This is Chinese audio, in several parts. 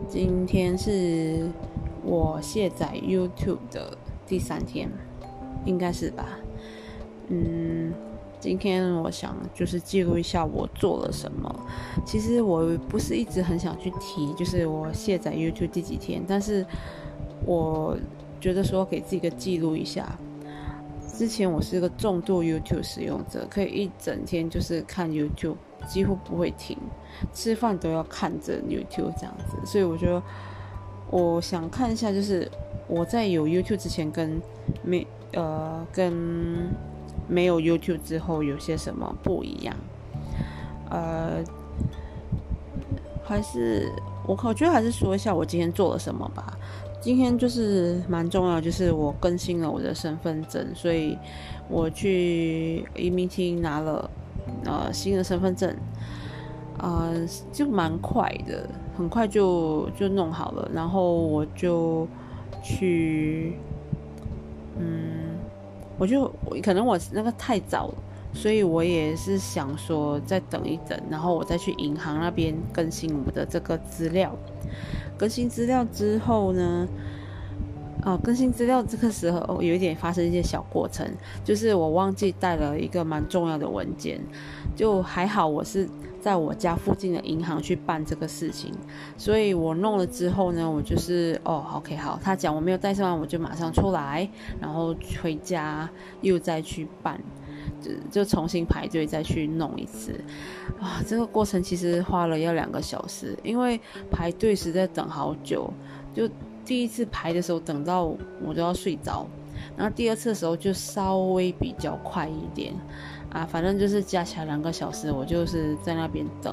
今天是我卸载 YouTube 的第3天，应该是吧。今天我想就是记录一下我做了什么。其实我不是一直很想去提，就是我卸载 YouTube 第几天，但是我觉得说给自己一个记录一下。之前我是个重度 YouTube 使用者，可以一整天就是看 YouTube， 几乎不会停，吃饭都要看着 YouTube 这样子。所以我觉得我想看一下，就是我在有 YouTube 之前跟没有 YouTube 之后有些什么不一样。我觉得还是说一下我今天做了什么吧。今天就是蛮重要，就是我更新了我的身份证，所以我去移民厅拿了新的身份证，就蛮快的，很快就弄好了，然后我就去，可能我那个太早了，所以我也是想说再等一等，然后我再去银行那边更新我的这个资料。更新资料之后呢，更新资料这个时候有一点发生一些小过程，就是我忘记带了一个蛮重要的文件，就还好我是在我家附近的银行去办这个事情，所以我弄了之后呢，我就是OK 好，他讲我没有带上，我就马上出来，然后回家又再去办。就重新排队再去弄一次这个过程其实花了要2个小时，因为排队实在等好久，就第一次排的时候等到我都要睡着，然后第二次的时候就稍微比较快一点反正就是加起来2个小时，我就是在那边等。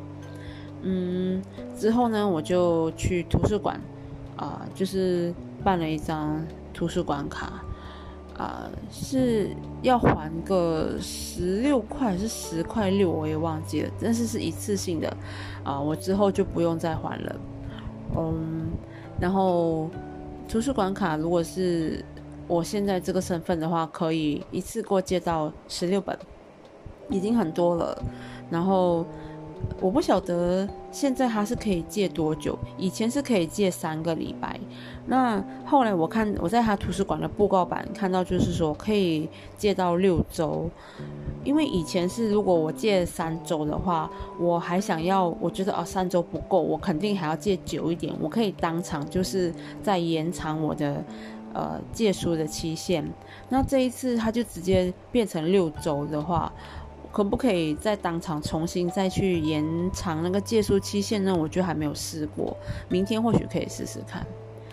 之后呢我就去图书馆就是办了一张图书馆卡，是要还个16块还是10块6，我也忘记了，但是是一次性的我之后就不用再还了。然后图书馆卡如果是我现在这个身份的话，可以一次过借到16本，已经很多了。然后我不晓得现在它是可以借多久，以前是可以借3个礼拜，那后来我在他图书馆的布告板看到，就是说可以借到6周，因为以前是如果我借3周的话，我还想要，我觉得3周不够，我肯定还要借久一点，我可以当场就是再延长我的借书的期限。那这一次他就直接变成6周的话，可不可以在当场重新再去延长那个借书期限呢？我就还没有试过，明天或许可以试试看。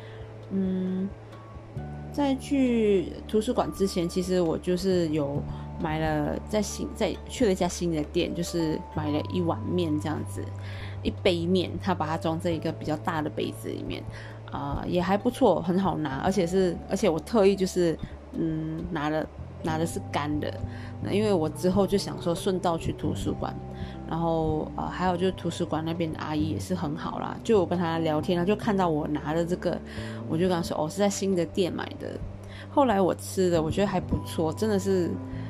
在去图书馆之前，其实我就是有买了再去了一家新的店，就是买了一碗面这样子，一杯面，他把它装在一个比较大的杯子里面，也还不错，很好拿，而且我特意就是拿的是干的，因为我之后就想说顺道去图书馆，然后还有就是图书馆那边的阿姨也是很好啦，就我跟她聊天，她就看到我拿的这个，我就跟她说是在新的店买的。后来我吃的，我觉得还不错，真的是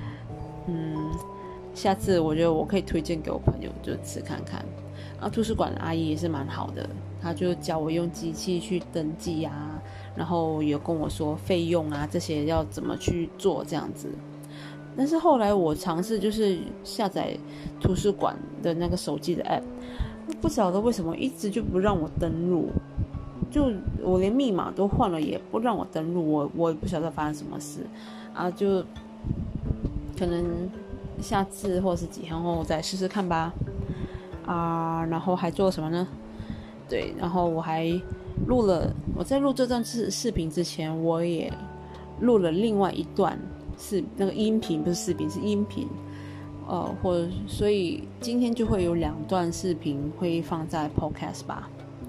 下次我觉得我可以推荐给我朋友就吃看看。然后图书馆的阿姨也是蛮好的，她就教我用机器去登记然后有跟我说费用这些要怎么去做这样子。但是后来我尝试就是下载图书馆的那个手机的 app， 不晓得为什么一直就不让我登录，就我连密码都换了也不让我登录，我也不晓得发生什么事就可能下次或者是几天后再试试看吧。然后还做了什么呢？对，然后我在录这段视频之前，我也录了另外一段那个音频，不是视频是音频，所以今天就会有2段视频会放在 podcast 吧。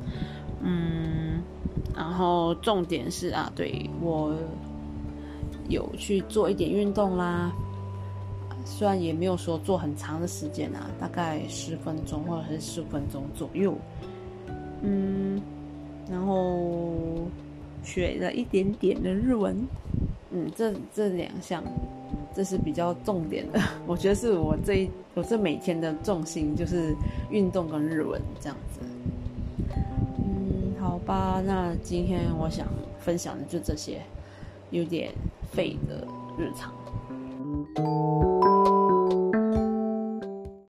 然后重点是对，我有去做一点运动啦，虽然也没有说做很长的时间大概10分钟或者是15分钟左右。然后学了一点点的日文，这2项，这是比较重点的，我觉得是我这每天的重心，就是运动跟日文这样子。 好吧，那今天我想分享的就这些，有点废的日常。